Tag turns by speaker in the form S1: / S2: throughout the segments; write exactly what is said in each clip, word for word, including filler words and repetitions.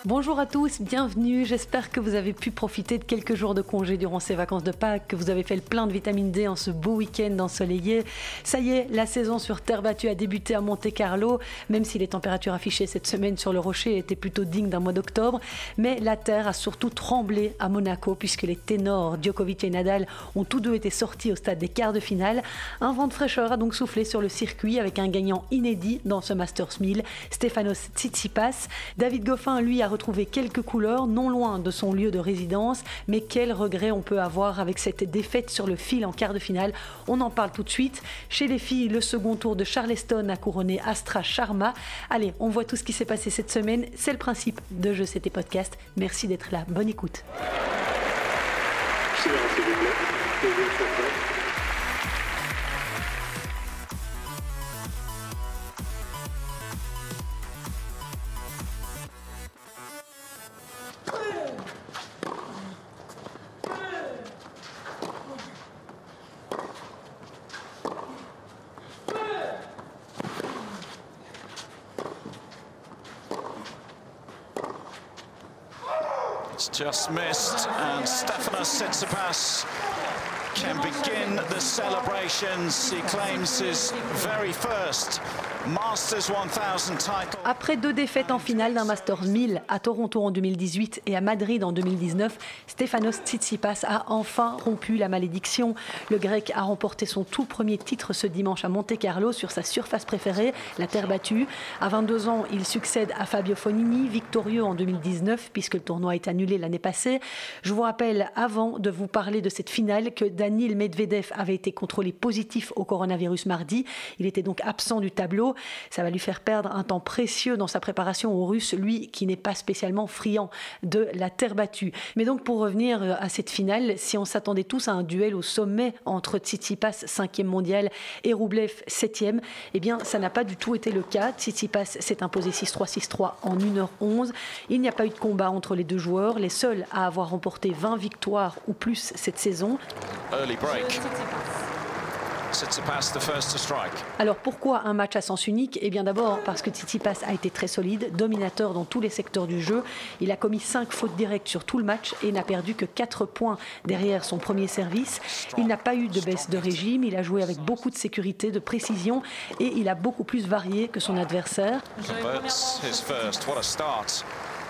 S1: Bonjour à tous, bienvenue. J'espère que vous avez pu profiter de quelques jours de congé durant ces vacances de Pâques, que vous avez fait le plein de vitamine D en ce beau week-end ensoleillé. Ça y est, la saison sur terre battue a débuté à Monte-Carlo, même si les températures affichées cette semaine sur le rocher étaient plutôt dignes d'un mois d'octobre. Mais la terre a surtout tremblé à Monaco, puisque les ténors Djokovic et Nadal ont tous deux été sortis au stade des quarts de finale. Un vent de fraîcheur a donc soufflé sur le circuit avec un gagnant inédit dans ce Masters mille, Stefanos Tsitsipas. David Goffin, lui, a retrouvé quelques couleurs non loin de son lieu de résidence, mais quel regret on peut avoir avec cette défaite sur le fil en quart de finale. On en parle tout de suite. Chez les filles, le second tour de Charleston a couronné Astra Sharma. Allez, on voit tout ce qui s'est passé cette semaine. C'est le principe de Je C'était Podcast. Merci d'être là. Bonne écoute.
S2: It's just missed, and Stefanos Tsitsipas can begin the celebrations. He claims his very first Masters one thousand title.
S1: Après deux défaites en finale d'un Masters mille à Toronto en deux mille dix-huit et à Madrid en deux mille dix-neuf, Stefanos Tsitsipas a enfin rompu la malédiction. Le Grec a remporté son tout premier titre ce dimanche à Monte-Carlo sur sa surface préférée, la terre battue. À vingt-deux ans, il succède à Fabio Fognini, victorieux en deux mille dix-neuf puisque le tournoi est annulé l'année passée. Je vous rappelle, avant de vous parler de cette finale, que Daniil Medvedev avait été contrôlé positif au coronavirus mardi. Il était donc absent du tableau. Ça va lui faire perdre un temps précieux dans sa préparation aux Russes, lui qui n'est pas spécialement friand de la terre battue. Mais donc pour revenir à cette finale, si on s'attendait tous à un duel au sommet entre Tsitsipas, cinquième mondial, et Rublev, septième, eh bien ça n'a pas du tout été le cas. Tsitsipas s'est imposé six trois six trois en une heure onze. Il n'y a pas eu de combat entre les deux joueurs, les seuls à avoir remporté vingt victoires ou plus cette saison.
S2: Early break. Tsitsipas, the first to strike.
S1: Alors pourquoi un match à sens unique ? Eh bien d'abord parce que Tsitsipas a été très solide, dominateur dans tous les secteurs du jeu. Il a commis cinq fautes directes sur tout le match et n'a perdu que quatre points derrière son premier service. Il n'a pas eu de baisse de régime, il a joué avec beaucoup de sécurité, de précision et il a beaucoup plus varié que son adversaire.
S2: Converts his first. What a start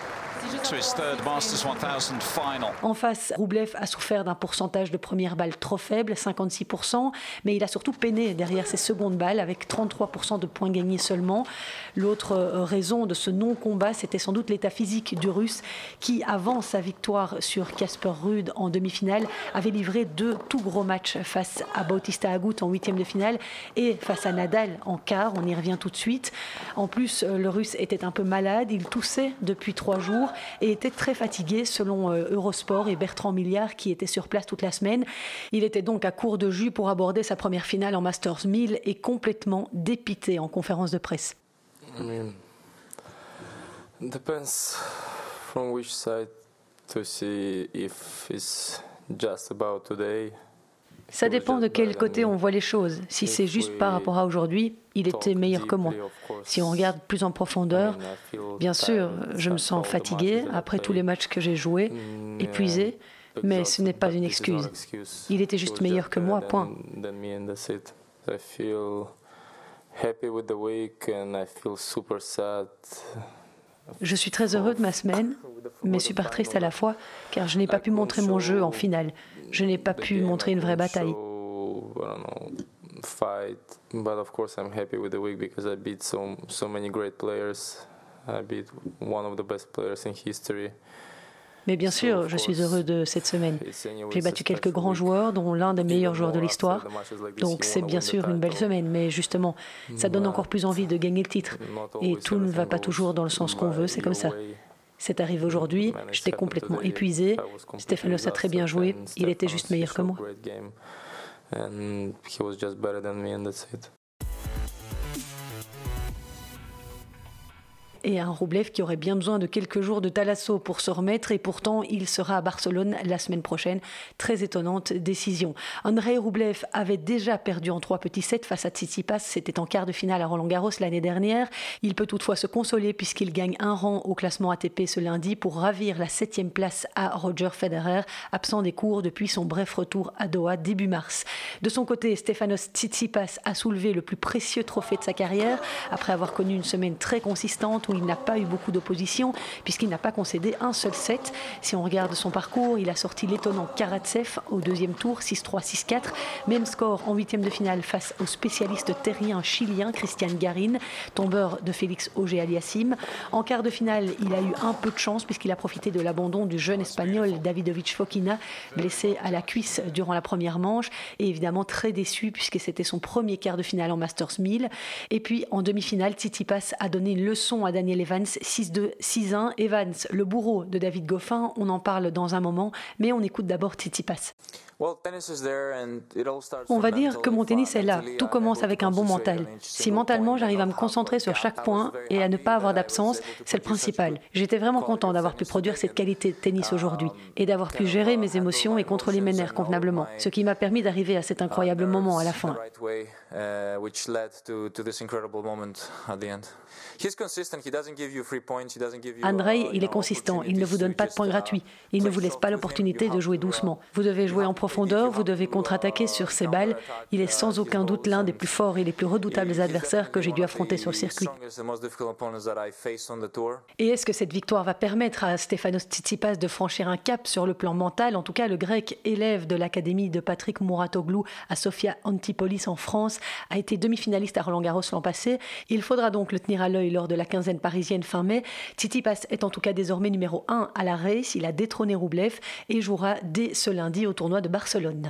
S2: to his third Masters one thousand final.
S1: En face, Rublev a souffert d'un pourcentage de première balle trop faible, cinquante-six pour cent, mais il a surtout peiné derrière ses secondes balles avec trente-trois pour cent de points gagnés seulement. L'autre raison de ce non-combat, c'était sans doute l'état physique du Russe qui, avant sa victoire sur Casper Ruud en demi-finale, avait livré deux tout gros matchs face à Bautista Agut en huitième de finale et face à Nadal en quart. On y revient tout de suite. En plus, le Russe était un peu malade, il toussait depuis trois jours et était très fatigué selon Eurosport et Bertrand Milliard qui était sur place toute la semaine. Il était donc à court de jus pour aborder sa première finale en Masters mille et complètement dépité en conférence de presse.
S3: I mean, depends from which side to see if it's just about today.
S1: Ça dépend de quel côté on voit les choses. Si c'est juste par rapport à aujourd'hui, il était meilleur que moi. Si on regarde plus en profondeur, bien sûr, je me sens fatigué après tous les matchs que j'ai joués, épuisé, mais ce n'est pas une excuse. Il était juste meilleur que moi, point. Je suis très heureux de ma semaine, mais super triste à la fois, car je n'ai pas pu montrer mon jeu en finale. Je n'ai pas pu montrer une vraie bataille.
S3: Fight, but of course I'm happy with the week because I beat so so many great players. I beat one of the best players in history.
S1: Mais bien sûr, je suis heureux de cette semaine. J'ai battu quelques grands joueurs, dont l'un des meilleurs joueurs de l'histoire. Donc c'est bien sûr une belle semaine, mais justement, ça donne encore plus envie de gagner le titre. Et tout ne va pas toujours dans le sens qu'on veut, c'est comme ça. C'est arrivé aujourd'hui, j'étais complètement épuisé. Stefanos a très bien joué, il était juste meilleur que moi.
S3: And he was just better than me, and that's it.
S1: Et un Roublev qui aurait bien besoin de quelques jours de thalasso pour se remettre, et pourtant il sera à Barcelone la semaine prochaine. Très étonnante décision. Andrei Roublev avait déjà perdu en trois petits sets face à Tsitsipas, c'était en quart de finale à Roland-Garros l'année dernière. Il peut toutefois se consoler puisqu'il gagne un rang au classement A T P ce lundi pour ravir la septième place à Roger Federer, absent des cours depuis son bref retour à Doha début mars. De son côté, Stefanos Tsitsipas a soulevé le plus précieux trophée de sa carrière après avoir connu une semaine très consistante où il n'a pas eu beaucoup d'opposition puisqu'il n'a pas concédé un seul set. Si on regarde son parcours, il a sorti l'étonnant Karatsev au deuxième tour, six trois six quatre. Même score en huitième de finale face au spécialiste terrien chilien Christian Garin, tombeur de Félix Auger-Aliassime. En quart de finale, il a eu un peu de chance puisqu'il a profité de l'abandon du jeune espagnol Davidovich Fokina, blessé à la cuisse durant la première manche, et évidemment très déçu puisque c'était son premier quart de finale en Masters mille. Et puis en demi-finale, Tsitsipas a donné une leçon à Daniel Evans, six deux six un. Evans, le bourreau de David Goffin, on en parle dans un moment, mais on écoute d'abord Tsitsipas. On va dire que mon tennis est là. Tout commence avec un bon mental. Si mentalement j'arrive à me concentrer sur chaque point et à ne pas avoir d'absence, c'est le principal. J'étais vraiment content d'avoir pu produire cette qualité de tennis aujourd'hui et d'avoir pu gérer mes émotions et contrôler mes nerfs convenablement, ce qui m'a permis d'arriver à cet incroyable moment à la fin. Andrei, il est consistant, il ne vous donne pas de points gratuits, il ne vous laisse pas l'opportunité de jouer doucement. Vous devez jouer en profondeur, vous devez contre-attaquer sur ses balles. Il est sans aucun doute l'un des plus forts et les plus redoutables adversaires que j'ai dû affronter sur le circuit. Et est-ce que cette victoire va permettre à Stefanos Tsitsipas de franchir un cap sur le plan mental? En tout cas, le grec, élève de l'académie de Patrick Mouratoglou à Sofia Antipolis en France, a été demi-finaliste à Roland-Garros l'an passé. Il faudra donc le tenir à l'œil lors de la quinzaine parisienne fin mai. Tsitsipas est en tout cas désormais numéro un à la race. Il a détrôné Roublev et jouera dès ce lundi au tournoi de Barcelone.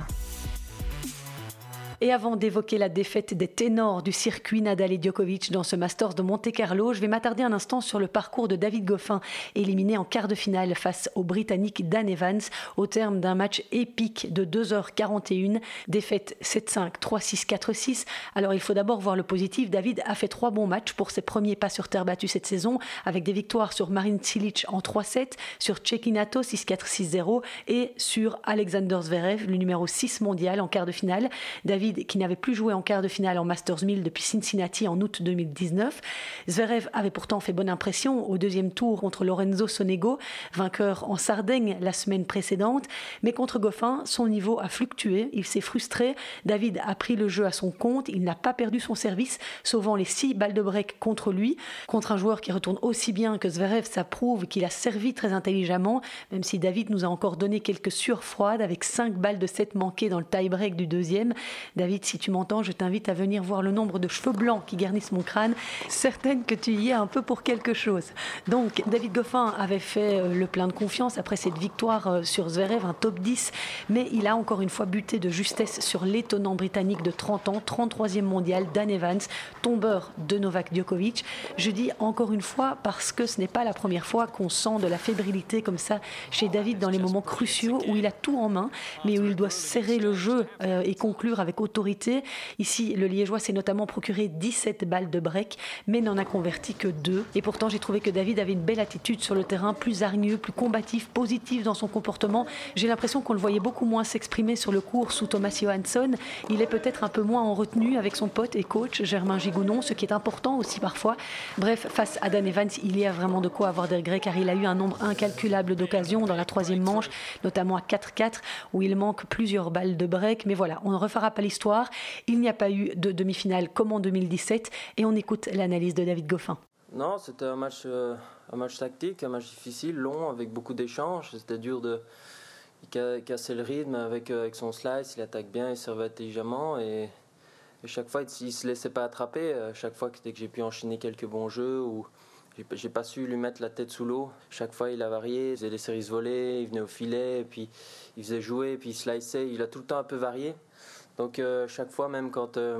S1: Et avant d'évoquer la défaite des ténors du circuit Nadal et Djokovic dans ce Masters de Monte-Carlo, je vais m'attarder un instant sur le parcours de David Goffin, éliminé en quart de finale face au Britannique Dan Evans au terme d'un match épique de deux heures quarante et une, défaite sept cinq, trois six, quatre six. Alors il faut d'abord voir le positif. David a fait trois bons matchs pour ses premiers pas sur terre battue cette saison, avec des victoires sur Marin Cilic en trois sept, sur Cecchinato six quatre, six zéro et sur Alexander Zverev, le numéro six mondial en quart de finale. David qui n'avait plus joué en quart de finale en Masters mille depuis Cincinnati en août deux mille dix-neuf. Zverev avait pourtant fait bonne impression au deuxième tour contre Lorenzo Sonego, vainqueur en Sardaigne la semaine précédente. Mais contre Goffin, son niveau a fluctué, il s'est frustré. David a pris le jeu à son compte, il n'a pas perdu son service, sauvant les six balles de break contre lui. Contre un joueur qui retourne aussi bien que Zverev, ça prouve qu'il a servi très intelligemment, même si David nous a encore donné quelques sueurs froides avec cinq balles de sept manquées dans le tie-break du deuxième. David, si tu m'entends, je t'invite à venir voir le nombre de cheveux blancs qui garnissent mon crâne, certaine que tu y es un peu pour quelque chose. Donc, David Goffin avait fait le plein de confiance après cette victoire sur Zverev, un top dix, mais il a encore une fois buté de justesse sur l'étonnant Britannique de trente ans, trente-troisième mondial, Dan Evans, tombeur de Novak Djokovic. Je dis encore une fois parce que ce n'est pas la première fois qu'on sent de la fébrilité comme ça chez David dans les moments cruciaux où il a tout en main, mais où il doit serrer le jeu euh, et conclure avec autorité. Ici, le Liégeois s'est notamment procuré dix-sept balles de break, mais n'en a converti que deux. Et pourtant, j'ai trouvé que David avait une belle attitude sur le terrain, plus hargneux, plus combatif, positif dans son comportement. J'ai l'impression qu'on le voyait beaucoup moins s'exprimer sur le court sous Thomas Johansson. Il est peut-être un peu moins en retenue avec son pote et coach Germain Gigounon, ce qui est important aussi parfois. Bref, face à Dan Evans, il y a vraiment de quoi avoir des regrets car il a eu un nombre incalculable d'occasions dans la troisième manche, notamment à quatre quatre, où il manque plusieurs balles de break. Mais voilà, on ne refera pas l'histoire. Il n'y a pas eu de demi-finale comme en deux mille dix-sept et on écoute l'analyse de David Goffin.
S4: Non, c'était un match, euh, un match tactique, un match difficile, long, avec beaucoup d'échanges. C'était dur de casser le rythme avec, euh, avec son slice. Il attaque bien, il servait intelligemment et, et chaque fois, il ne se laissait pas attraper. Chaque fois, dès que j'ai pu enchaîner quelques bons jeux ou j'ai, j'ai pas su lui mettre la tête sous l'eau. Chaque fois, il a varié, il faisait des séries volées, il venait au filet, et puis il faisait jouer, et puis il sliceait. Il a tout le temps un peu varié. Donc euh, chaque fois, même quand euh,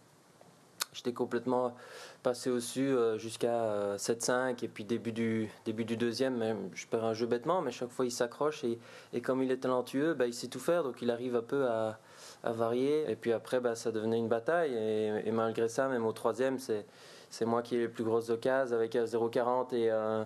S4: j'étais complètement passé au-dessus euh, jusqu'à euh, sept cinq et puis début du, début du deuxième, même, je perds un jeu bêtement, mais chaque fois il s'accroche et, et comme il est talentueux, bah, il sait tout faire, donc il arrive un peu à, à varier. Et puis après, bah, ça devenait une bataille et, et malgré ça, même au troisième, c'est, c'est moi qui ai les plus grosses occasions avec zéro quarante et, euh,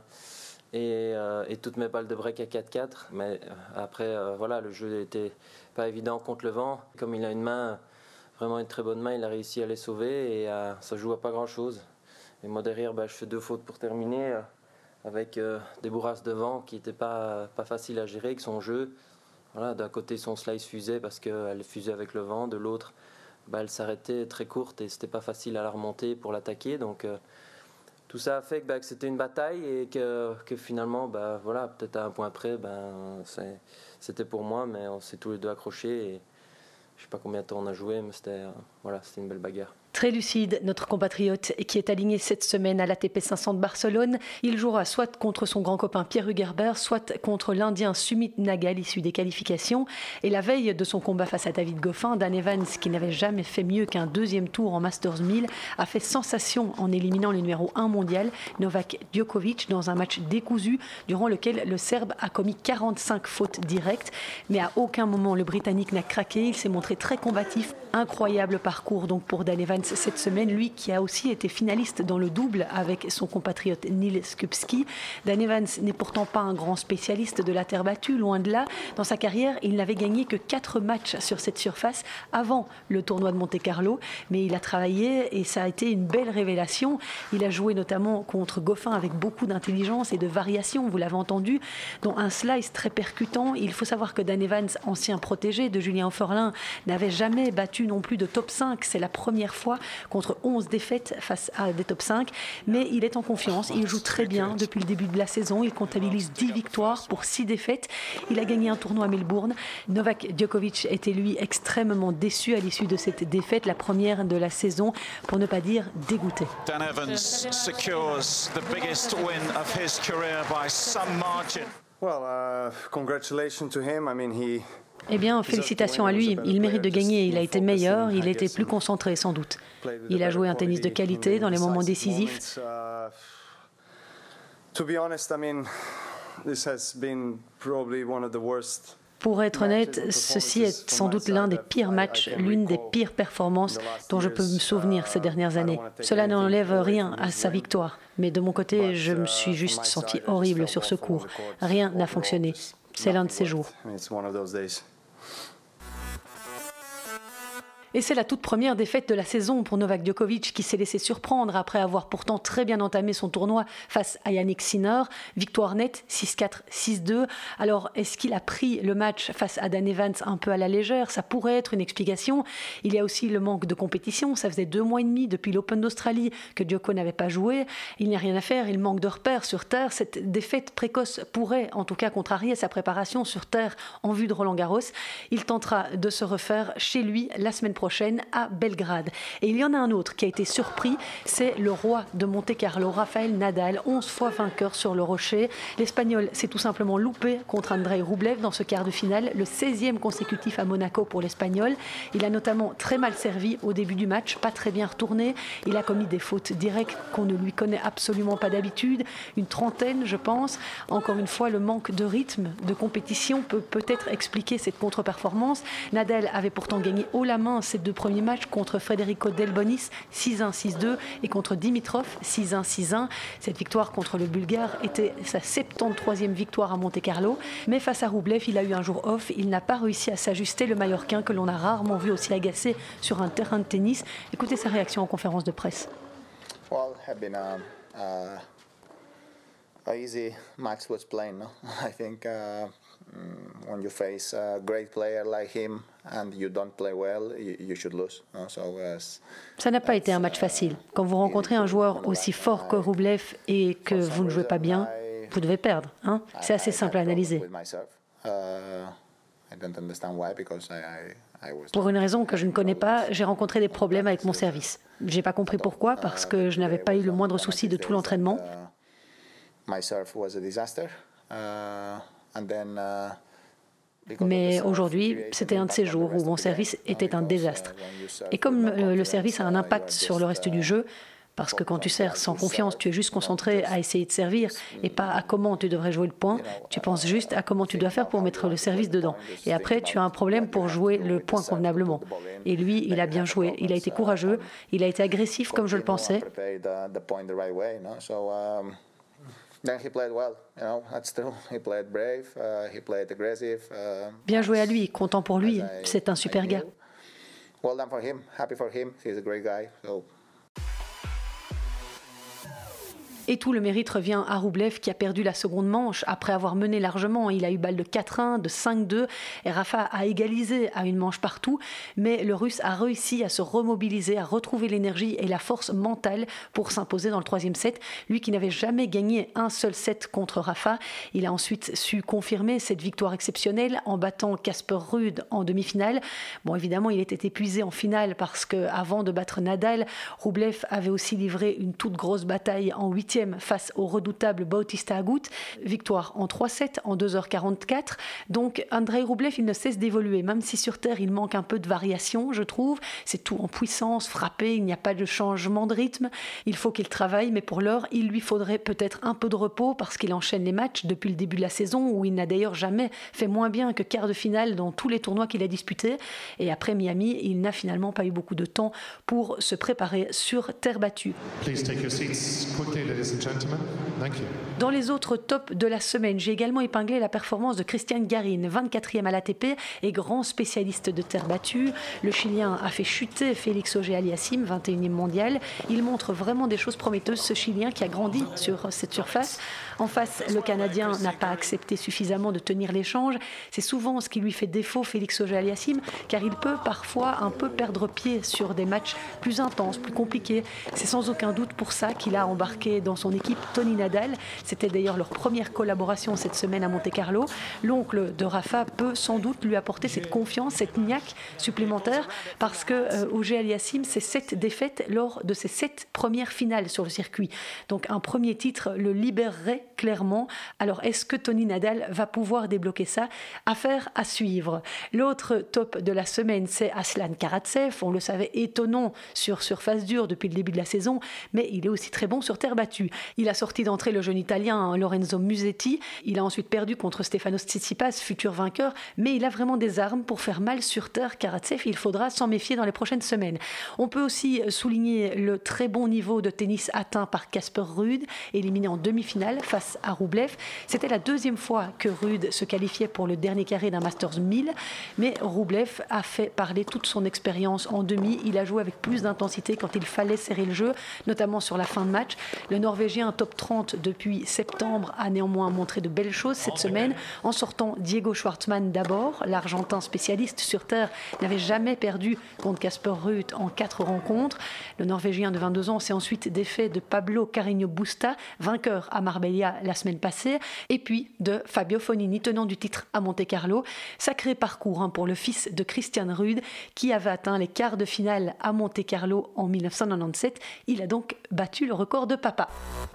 S4: et, euh, et toutes mes balles de break à quatre quatre. Mais après, euh, voilà, le jeu n'était pas évident contre le vent. Comme il a une main, vraiment une très bonne main, il a réussi à les sauver et euh, ça joue à pas grand-chose. Et moi derrière, bah, je fais deux fautes pour terminer euh, avec euh, des bourrasques de vent qui n'étaient pas, pas faciles à gérer avec son jeu. Voilà, d'un côté, son slice fusait parce qu'elle fusait avec le vent, de l'autre, bah, elle s'arrêtait très courte et c'était pas facile à la remonter pour l'attaquer. Donc euh, tout ça a fait que, bah, que c'était une bataille et que, que finalement, bah, voilà, peut-être à un point près, bah, c'est, c'était pour moi, mais on s'est tous les deux accrochés et je sais pas combien de temps on a joué, mais c'était, euh, voilà, c'était une belle bagarre.
S1: Très lucide, notre compatriote qui est aligné cette semaine à l'A T P cinq cents de Barcelone. Il jouera soit contre son grand copain Pierre Hugerbert, soit contre l'Indien Sumit Nagal, issu des qualifications. Et la veille de son combat face à David Goffin, Dan Evans, qui n'avait jamais fait mieux qu'un deuxième tour en Masters mille, a fait sensation en éliminant le numéro un mondial, Novak Djokovic, dans un match décousu, durant lequel le Serbe a commis quarante-cinq fautes directes. Mais à aucun moment le Britannique n'a craqué, il s'est montré très combatif. Incroyable parcours donc pour Dan Evans cette semaine, lui qui a aussi été finaliste dans le double avec son compatriote Neil Skupski. Dan Evans n'est pourtant pas un grand spécialiste de la terre battue, loin de là. Dans sa carrière, il n'avait gagné que quatre matchs sur cette surface avant le tournoi de Monte-Carlo, mais il a travaillé et ça a été une belle révélation. Il a joué notamment contre Goffin avec beaucoup d'intelligence et de variation, vous l'avez entendu, dont un slice très percutant. Il faut savoir que Dan Evans, ancien protégé de Julien Forlin, n'avait jamais battu non plus de top cinq. C'est la première fois contre onze défaites face à des top cinq, mais il est en confiance, il joue très bien depuis le début de la saison, il comptabilise dix victoires pour six défaites, il a gagné un tournoi à Melbourne. Novak Djokovic était lui extrêmement déçu à l'issue de cette défaite, la première de la saison, pour ne pas dire dégoûté.
S2: Dan Evans secures the biggest win of his career by some margin.
S5: Well, uh, congratulations to him. I mean, he
S1: Eh bien, félicitations à lui. Il mérite de gagner. Il a été meilleur. Il était plus concentré, sans doute. Il a joué un tennis de qualité dans les moments décisifs. Pour être honnête, ceci est sans doute l'un des pires matchs, l'une des pires performances dont je peux me souvenir ces dernières années. Cela n'enlève rien à sa victoire. Mais de mon côté, je me suis juste senti horrible sur ce court. Rien n'a fonctionné. C'est l'un de ces jours. Et c'est la toute première défaite de la saison pour Novak Djokovic qui s'est laissé surprendre après avoir pourtant très bien entamé son tournoi face à Yannick Sinner. Victoire nette, six quatre, six deux. Alors, est-ce qu'il a pris le match face à Dan Evans un peu à la légère? Ça pourrait être une explication. Il y a aussi le manque de compétition. Ça faisait deux mois et demi depuis l'Open d'Australie que Djoko n'avait pas joué. Il n'y a rien à faire, il manque de repères sur terre. Cette défaite précoce pourrait en tout cas contrarier sa préparation sur terre en vue de Roland-Garros. Il tentera de se refaire chez lui la semaine prochaine. prochaine à Belgrade. Et il y en a un autre qui a été surpris, c'est le roi de Monte-Carlo, Rafael Nadal, onze fois vainqueur sur le rocher. L'Espagnol s'est tout simplement loupé contre Andrei Rublev dans ce quart de finale, le seizième consécutif à Monaco pour l'Espagnol. Il a notamment très mal servi au début du match, pas très bien retourné. Il a commis des fautes directes qu'on ne lui connaît absolument pas d'habitude, une trentaine je pense. Encore une fois, le manque de rythme, de compétition peut peut-être expliquer cette contre-performance. Nadal avait pourtant gagné haut la main ses deux premiers matchs contre Federico Delbonis, six un, six deux, et contre Dimitrov, six un, six un. Cette victoire contre le Bulgare était sa soixante-treizième victoire à Monte-Carlo. Mais face à Rublev, il a eu un jour off. Il n'a pas réussi à s'ajuster, le Mallorquin que l'on a rarement vu aussi agacé sur un terrain de tennis. Écoutez sa réaction en conférence de presse.
S6: Well, have been a, a, a easy match was playing. No? I think uh, when you face a great player like him and you don't play well, you, you should lose. No? So, uh,
S1: Ça n'a pas été un match facile. Quand vous rencontrez un joueur aussi fort que Rublev et que vous ne jouez pas bien, vous devez perdre. Hein? C'est assez simple à analyser. Pour une raison que je ne connais pas, j'ai rencontré des problèmes avec mon service. Je n'ai pas compris pourquoi, parce que je n'avais pas eu le moindre souci de tout l'entraînement. Mais aujourd'hui, c'était un de ces jours où mon service était un désastre. Et comme le service a un impact sur le reste du jeu, Parce que quand tu sers sans confiance, tu es juste concentré à essayer de servir et pas à comment tu devrais jouer le point. Tu penses juste à comment tu dois faire pour mettre le service dedans. Et après, tu as un problème pour jouer le point convenablement. Et lui, il a bien joué. Il a été courageux. Il a été agressif comme je le pensais. Bien joué à lui, content pour lui. C'est un super gars.
S6: Well done for him. Happy for him. He's a great guy. So.
S1: Et tout le mérite revient à Roublev qui a perdu la seconde manche après avoir mené largement. Il a eu balle de quatre un, de cinq deux et Rafa a égalisé à une manche partout. Mais le Russe a réussi à se remobiliser, à retrouver l'énergie et la force mentale pour s'imposer dans le troisième set. Lui qui n'avait jamais gagné un seul set contre Rafa. Il a ensuite su confirmer cette victoire exceptionnelle en battant Casper Ruud en demi-finale. Bon, évidemment, il était épuisé en finale parce qu'avant de battre Nadal, Roublev avait aussi livré une toute grosse bataille en huitième face au redoutable Bautista Agut. Victoire en trois sept, en deux heures quarante-quatre. Donc Andrei Roublev, il ne cesse d'évoluer. Même si sur terre, il manque un peu de variation, je trouve. C'est tout en puissance, frappé, il n'y a pas de changement de rythme. Il faut qu'il travaille, mais pour l'heure, il lui faudrait peut-être un peu de repos parce qu'il enchaîne les matchs depuis le début de la saison où il n'a d'ailleurs jamais fait moins bien que quart de finale dans tous les tournois qu'il a disputés. Et après Miami, il n'a finalement pas eu beaucoup de temps pour se préparer sur terre battue.
S7: Please take your seats quickly, ladies and gentlemen. Thank you.
S1: Dans les autres tops de la semaine, j'ai également épinglé la performance de Cristian Garin, vingt-quatrième à l'A T P et grand spécialiste de terre battue. Le Chilien a fait chuter Félix Auger-Aliassime, vingt et unième mondial. Il montre vraiment des choses prometteuses, ce Chilien qui a grandi sur cette surface. En face, le Canadien n'a pas accepté suffisamment de tenir l'échange. C'est souvent ce qui lui fait défaut, Félix Auger-Aliassime, car il peut parfois un peu perdre pied sur des matchs plus intenses, plus compliqués. C'est sans aucun doute pour ça qu'il a embarqué dans son équipe Tony Nadal. C'était d'ailleurs leur première collaboration cette semaine à Monte-Carlo. L'oncle de Rafa peut sans doute lui apporter cette confiance, cette niaque supplémentaire, parce que euh, Auger-Aliassime, c'est sept défaites lors de ses sept premières finales sur le circuit. Donc un premier titre le libérerait clairement. Alors est-ce que Tony Nadal va pouvoir débloquer ça? Affaire à suivre. L'autre top de la semaine, c'est Aslan Karatsev. On le savait étonnant sur surface dure depuis le début de la saison, mais il est aussi très bon sur terre battue. Il a sorti d'entrée le jeune italien Lorenzo Musetti. Il a ensuite perdu contre Stefanos Tsitsipas, futur vainqueur, mais il a vraiment des armes pour faire mal sur terre. Karatsev, il faudra s'en méfier dans les prochaines semaines. On peut aussi souligner le très bon niveau de tennis atteint par Casper Ruud, éliminé en demi-finale face à Roublev. C'était la deuxième fois que Ruud se qualifiait pour le dernier carré d'un Masters mille, mais Roublev a fait parler toute son expérience en demi. Il a joué avec plus d'intensité quand il fallait serrer le jeu, notamment sur la fin de match. Le Norvégien top trente depuis septembre a néanmoins montré de belles choses cette semaine en sortant Diego Schwartzmann d'abord. L'Argentin spécialiste sur terre n'avait jamais perdu contre Casper Ruud en quatre rencontres. Le Norvégien de vingt-deux ans s'est ensuite défait de Pablo Carreño Busta, vainqueur à Marbella la semaine passée, et puis de Fabio Fognini, tenant du titre à Monte-Carlo. Sacré parcours hein, pour le fils de Christian Ruud qui avait atteint les quarts de finale à Monte-Carlo en mille neuf cent quatre-vingt-dix-sept. Il a donc battu le record de papa.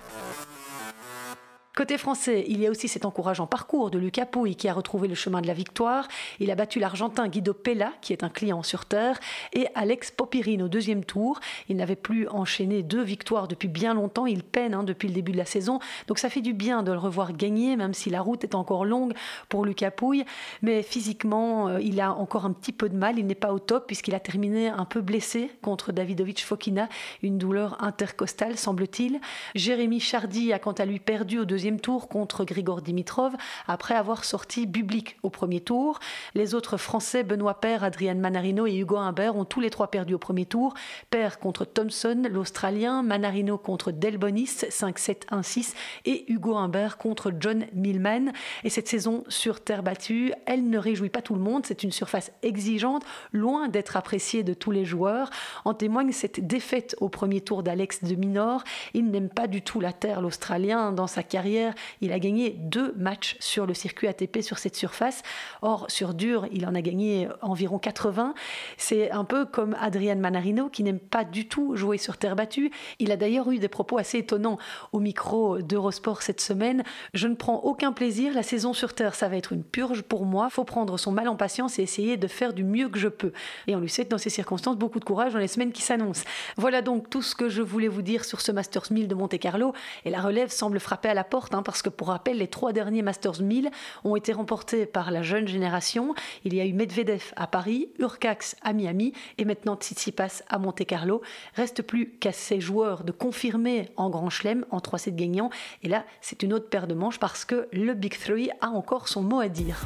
S1: Côté français, il y a aussi cet encourageant parcours de Lucas Pouille qui a retrouvé le chemin de la victoire. Il a battu l'Argentin Guido Pella, qui est un client sur terre, et Alex Popyrin au deuxième tour. Il n'avait plus enchaîné deux victoires depuis bien longtemps. Il peine hein, depuis le début de la saison. Donc ça fait du bien de le revoir gagner, même si la route est encore longue pour Lucas Pouille. Mais physiquement, euh, il a encore un petit peu de mal. Il n'est pas au top puisqu'il a terminé un peu blessé contre Davidovich Fokina. Une douleur intercostale, semble-t-il. Jérémy Chardy a quant à lui perdu au deuxième tour contre Grigor Dimitrov après avoir sorti Bublik au premier tour. Les autres Français, Benoît Paire, Adrian Manarino et Hugo Humbert, ont tous les trois perdu au premier tour. Paire contre Thompson, l'Australien, Manarino contre Delbonis, cinq sept un six, et Hugo Humbert contre John Millman. Et cette saison sur terre battue, elle ne réjouit pas tout le monde. C'est une surface exigeante, loin d'être appréciée de tous les joueurs. En témoigne cette défaite au premier tour d'Alex de Minaur. Il n'aime pas du tout la terre, l'Australien. Dans sa carrière, carrière, il a gagné deux matchs sur le circuit A T P sur cette surface. Or, sur dur, il en a gagné environ quatre-vingts. C'est un peu comme Adrian Manarino, qui n'aime pas du tout jouer sur terre battue. Il a d'ailleurs eu des propos assez étonnants au micro d'Eurosport cette semaine. « Je ne prends aucun plaisir, la saison sur terre, ça va être une purge pour moi. Il faut prendre son mal en patience et essayer de faire du mieux que je peux. » Et on lui souhaite dans ces circonstances beaucoup de courage dans les semaines qui s'annoncent. Voilà donc tout ce que je voulais vous dire sur ce Masters mille de Monte-Carlo. Et la relève semble frapper à la porte, hein, parce que pour rappel, les trois derniers Masters mille ont été remportés par la jeune génération. Il y a eu Medvedev à Paris, Urcax à Miami et maintenant Tsitsipas à Monte-Carlo. Reste plus qu'à ces joueurs de confirmer en Grand Chelem en trois sept gagnants. Et là, c'est une autre paire de manches parce que le Big Three a encore son mot à dire.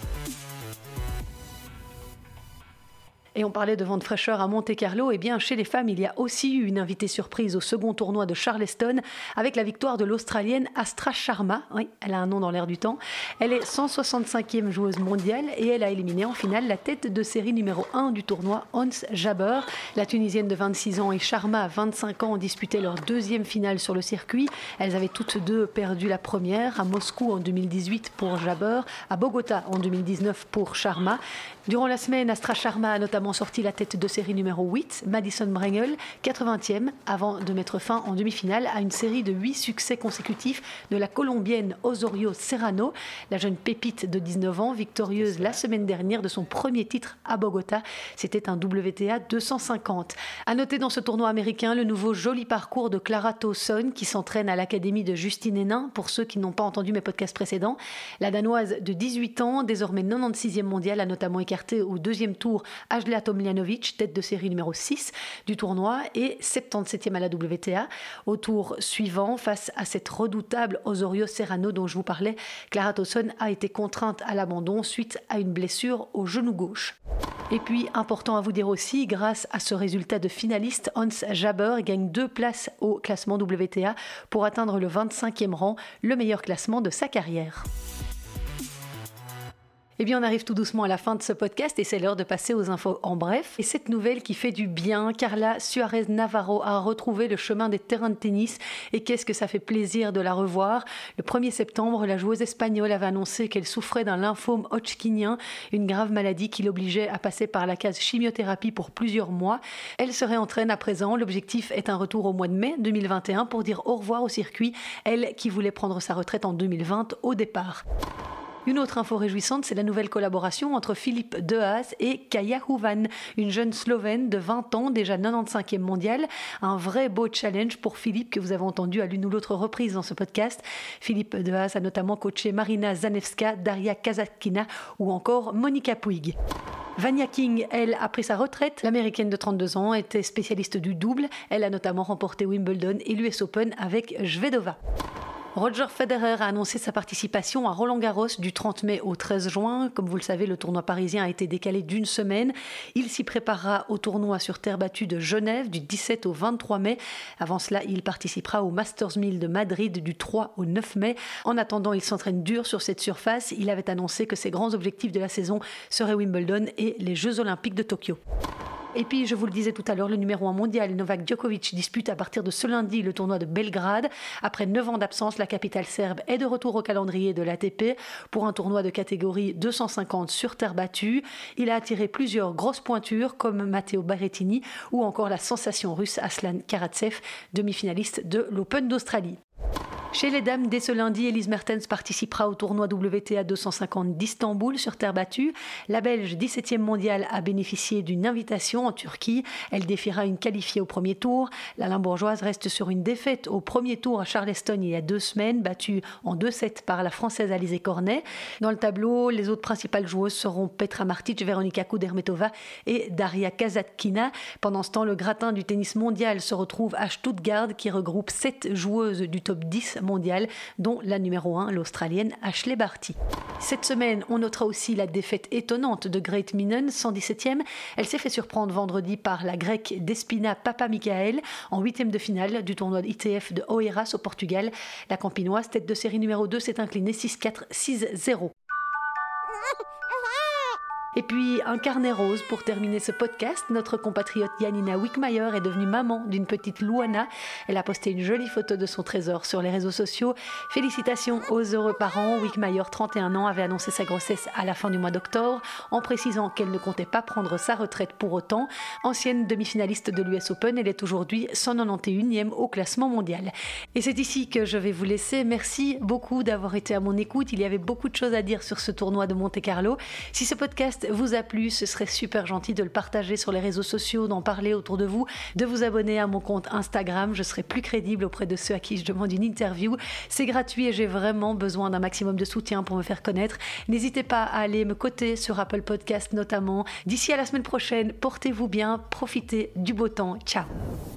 S1: Et on parlait de vent de fraîcheur à Monte-Carlo, et bien chez les femmes, il y a aussi eu une invitée surprise au second tournoi de Charleston avec la victoire de l'Australienne Astra Sharma. Oui, elle a un nom dans l'air du temps. Elle est cent soixante-cinquième joueuse mondiale et elle a éliminé en finale la tête de série numéro un du tournoi, Ons Jabeur. La Tunisienne de vingt-six ans et Sharma, vingt-cinq ans, ont disputé leur deuxième finale sur le circuit. Elles avaient toutes deux perdu la première à Moscou en deux mille dix-huit pour Jabeur, à Bogota en deux mille dix-neuf pour Sharma. Durant la semaine, Astra Sharma a notamment sorti la tête de série numéro huit, Madison Brengel, quatre-vingtième, avant de mettre fin en demi-finale à une série de huit succès consécutifs de la Colombienne Osorio Serrano, la jeune pépite de dix-neuf ans, victorieuse la semaine dernière de son premier titre à Bogota. C'était un W T A deux cent cinquante. À noter dans ce tournoi américain le nouveau joli parcours de Clara Towson qui s'entraîne à l'académie de Justine Hénin. Pour ceux qui n'ont pas entendu mes podcasts précédents, la Danoise de dix-huit ans, désormais quatre-vingt-seizième mondiale, a notamment écarté au deuxième tour Ajla Tomljanovic, tête de série numéro six du tournoi et soixante-dix-septième à la W T A. Au tour suivant, face à cette redoutable Osorio Serrano dont je vous parlais, Clara Towson a été contrainte à l'abandon suite à une blessure au genou gauche. Et puis, important à vous dire aussi, grâce à ce résultat de finaliste, Ons Jabeur gagne deux places au classement W T A pour atteindre le vingt-cinquième rang, le meilleur classement de sa carrière. Eh bien, on arrive tout doucement à la fin de ce podcast et c'est l'heure de passer aux infos en bref. Et cette nouvelle qui fait du bien, Carla Suarez Navarro a retrouvé le chemin des terrains de tennis et qu'est-ce que ça fait plaisir de la revoir. Le premier septembre, la joueuse espagnole avait annoncé qu'elle souffrait d'un lymphome hodgkinien, une grave maladie qui l'obligeait à passer par la case chimiothérapie pour plusieurs mois. Elle se réentraîne à présent. L'objectif est un retour au mois de mai deux mille vingt et un pour dire au revoir au circuit, elle qui voulait prendre sa retraite en deux mille vingt au départ. Une autre info réjouissante, c'est la nouvelle collaboration entre Philippe Dehaze et Kaja Huvan, une jeune Slovène de vingt ans, déjà quatre-vingt-quinzième mondiale. Un vrai beau challenge pour Philippe que vous avez entendu à l'une ou l'autre reprise dans ce podcast. Philippe Dehaze a notamment coaché Marina Zanevska, Daria Kasatkina ou encore Monica Puig. Vania King, elle, a pris sa retraite. L'américaine de trente-deux ans était spécialiste du double. Elle a notamment remporté Wimbledon et l'U S Open avec Shvedova. Roger Federer a annoncé sa participation à Roland-Garros du trente mai au treize juin. Comme vous le savez, le tournoi parisien a été décalé d'une semaine. Il s'y préparera au tournoi sur terre battue de Genève du dix-sept au vingt-trois mai. Avant cela, il participera au Masters mille de Madrid du trois au neuf mai. En attendant, il s'entraîne dur sur cette surface. Il avait annoncé que ses grands objectifs de la saison seraient Wimbledon et les Jeux Olympiques de Tokyo. Et puis, je vous le disais tout à l'heure, le numéro un mondial, Novak Djokovic, dispute à partir de ce lundi le tournoi de Belgrade. Après neuf ans d'absence, la capitale serbe est de retour au calendrier de l'A T P pour un tournoi de catégorie deux cent cinquante sur terre battue. Il a attiré plusieurs grosses pointures comme Matteo Berrettini ou encore la sensation russe Aslan Karatsev, demi-finaliste de l'Open d'Australie. Chez les dames, dès ce lundi, Elise Mertens participera au tournoi W T A deux cent cinquante d'Istanbul sur terre battue. La Belge, dix-septième mondiale, a bénéficié d'une invitation en Turquie. Elle défiera une qualifiée au premier tour. La Limbourgeoise reste sur une défaite au premier tour à Charleston il y a deux semaines, battue en deux sept par la Française Alizé Cornet. Dans le tableau, les autres principales joueuses seront Petra Martic, Veronika Kudermetova et Daria Kasatkina. Pendant ce temps, le gratin du tennis mondial se retrouve à Stuttgart qui regroupe sept joueuses du top dix mondial, dont la numéro un, l'Australienne Ashley Barty. Cette semaine, on notera aussi la défaite étonnante de Grete Minen, cent dix-septième. Elle s'est fait surprendre vendredi par la Grecque Despina Papamikael en huitième de finale du tournoi I T F de Oeiras au Portugal. La Campinoise, tête de série numéro deux, s'est inclinée six quatre, six zéro. Et puis un carnet rose pour terminer ce podcast. Notre compatriote Janina Wickmayer est devenue maman d'une petite Luana. Elle a posté une jolie photo de son trésor sur les réseaux sociaux. Félicitations aux heureux parents. Wickmayer, trente et un ans, avait annoncé sa grossesse à la fin du mois d'octobre en précisant qu'elle ne comptait pas prendre sa retraite pour autant. Ancienne demi-finaliste de l'U S Open, elle est aujourd'hui cent quatre-vingt-onze e au classement mondial. Et c'est ici que je vais vous laisser. Merci beaucoup d'avoir été à mon écoute. Il y avait beaucoup de choses à dire sur ce tournoi de Monte-Carlo. Si ce podcast vous a plu, ce serait super gentil de le partager sur les réseaux sociaux, d'en parler autour de vous, de vous abonner à mon compte Instagram. Je serai plus crédible auprès de ceux à qui je demande une interview. C'est gratuit et j'ai vraiment besoin d'un maximum de soutien pour me faire connaître. N'hésitez pas à aller me coter sur Apple Podcast notamment. D'ici à la semaine prochaine, portez-vous bien, profitez du beau temps. Ciao.